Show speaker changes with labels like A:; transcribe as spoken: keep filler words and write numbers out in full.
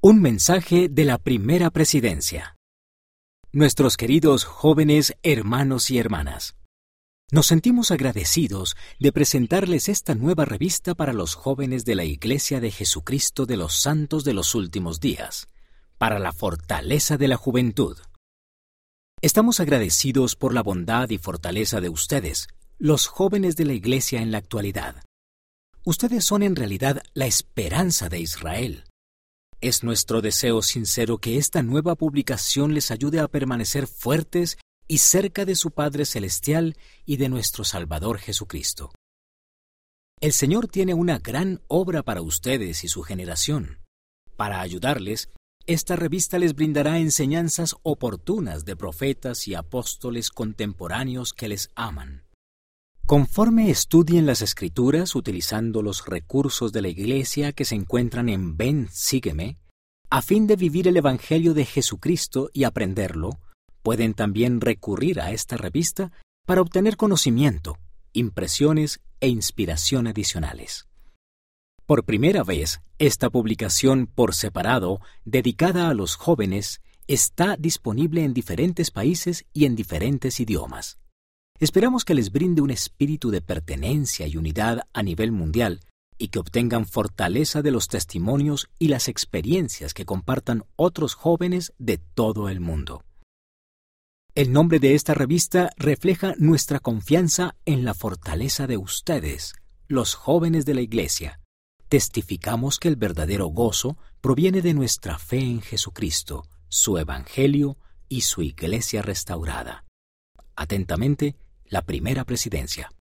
A: Un mensaje de la Primera Presidencia. Nuestros queridos jóvenes hermanos y hermanas, nos sentimos agradecidos de presentarles esta nueva revista para los jóvenes de la Iglesia de Jesucristo de los Santos de los Últimos Días, para la fortaleza de la juventud. Estamos agradecidos por la bondad y fortaleza de ustedes, los jóvenes de la Iglesia en la actualidad. Ustedes son en realidad la esperanza de Israel. Es nuestro deseo sincero que esta nueva publicación les ayude a permanecer fuertes y cerca de su Padre Celestial y de nuestro Salvador Jesucristo. El Señor tiene una gran obra para ustedes y su generación. Para ayudarles, esta revista les brindará enseñanzas oportunas de profetas y apóstoles contemporáneos que les aman. Conforme estudien las Escrituras utilizando los recursos de la Iglesia que se encuentran en Ven, Sígueme, a fin de vivir el Evangelio de Jesucristo y aprenderlo, pueden también recurrir a esta revista para obtener conocimiento, impresiones e inspiración adicionales. Por primera vez, esta publicación por separado, dedicada a los jóvenes, está disponible en diferentes países y en diferentes idiomas. Esperamos que les brinde un espíritu de pertenencia y unidad a nivel mundial y que obtengan fortaleza de los testimonios y las experiencias que compartan otros jóvenes de todo el mundo. El nombre de esta revista refleja nuestra confianza en la fortaleza de ustedes, los jóvenes de la Iglesia. Testificamos que el verdadero gozo proviene de nuestra fe en Jesucristo, su Evangelio y su Iglesia restaurada. Atentamente, la Primera Presidencia.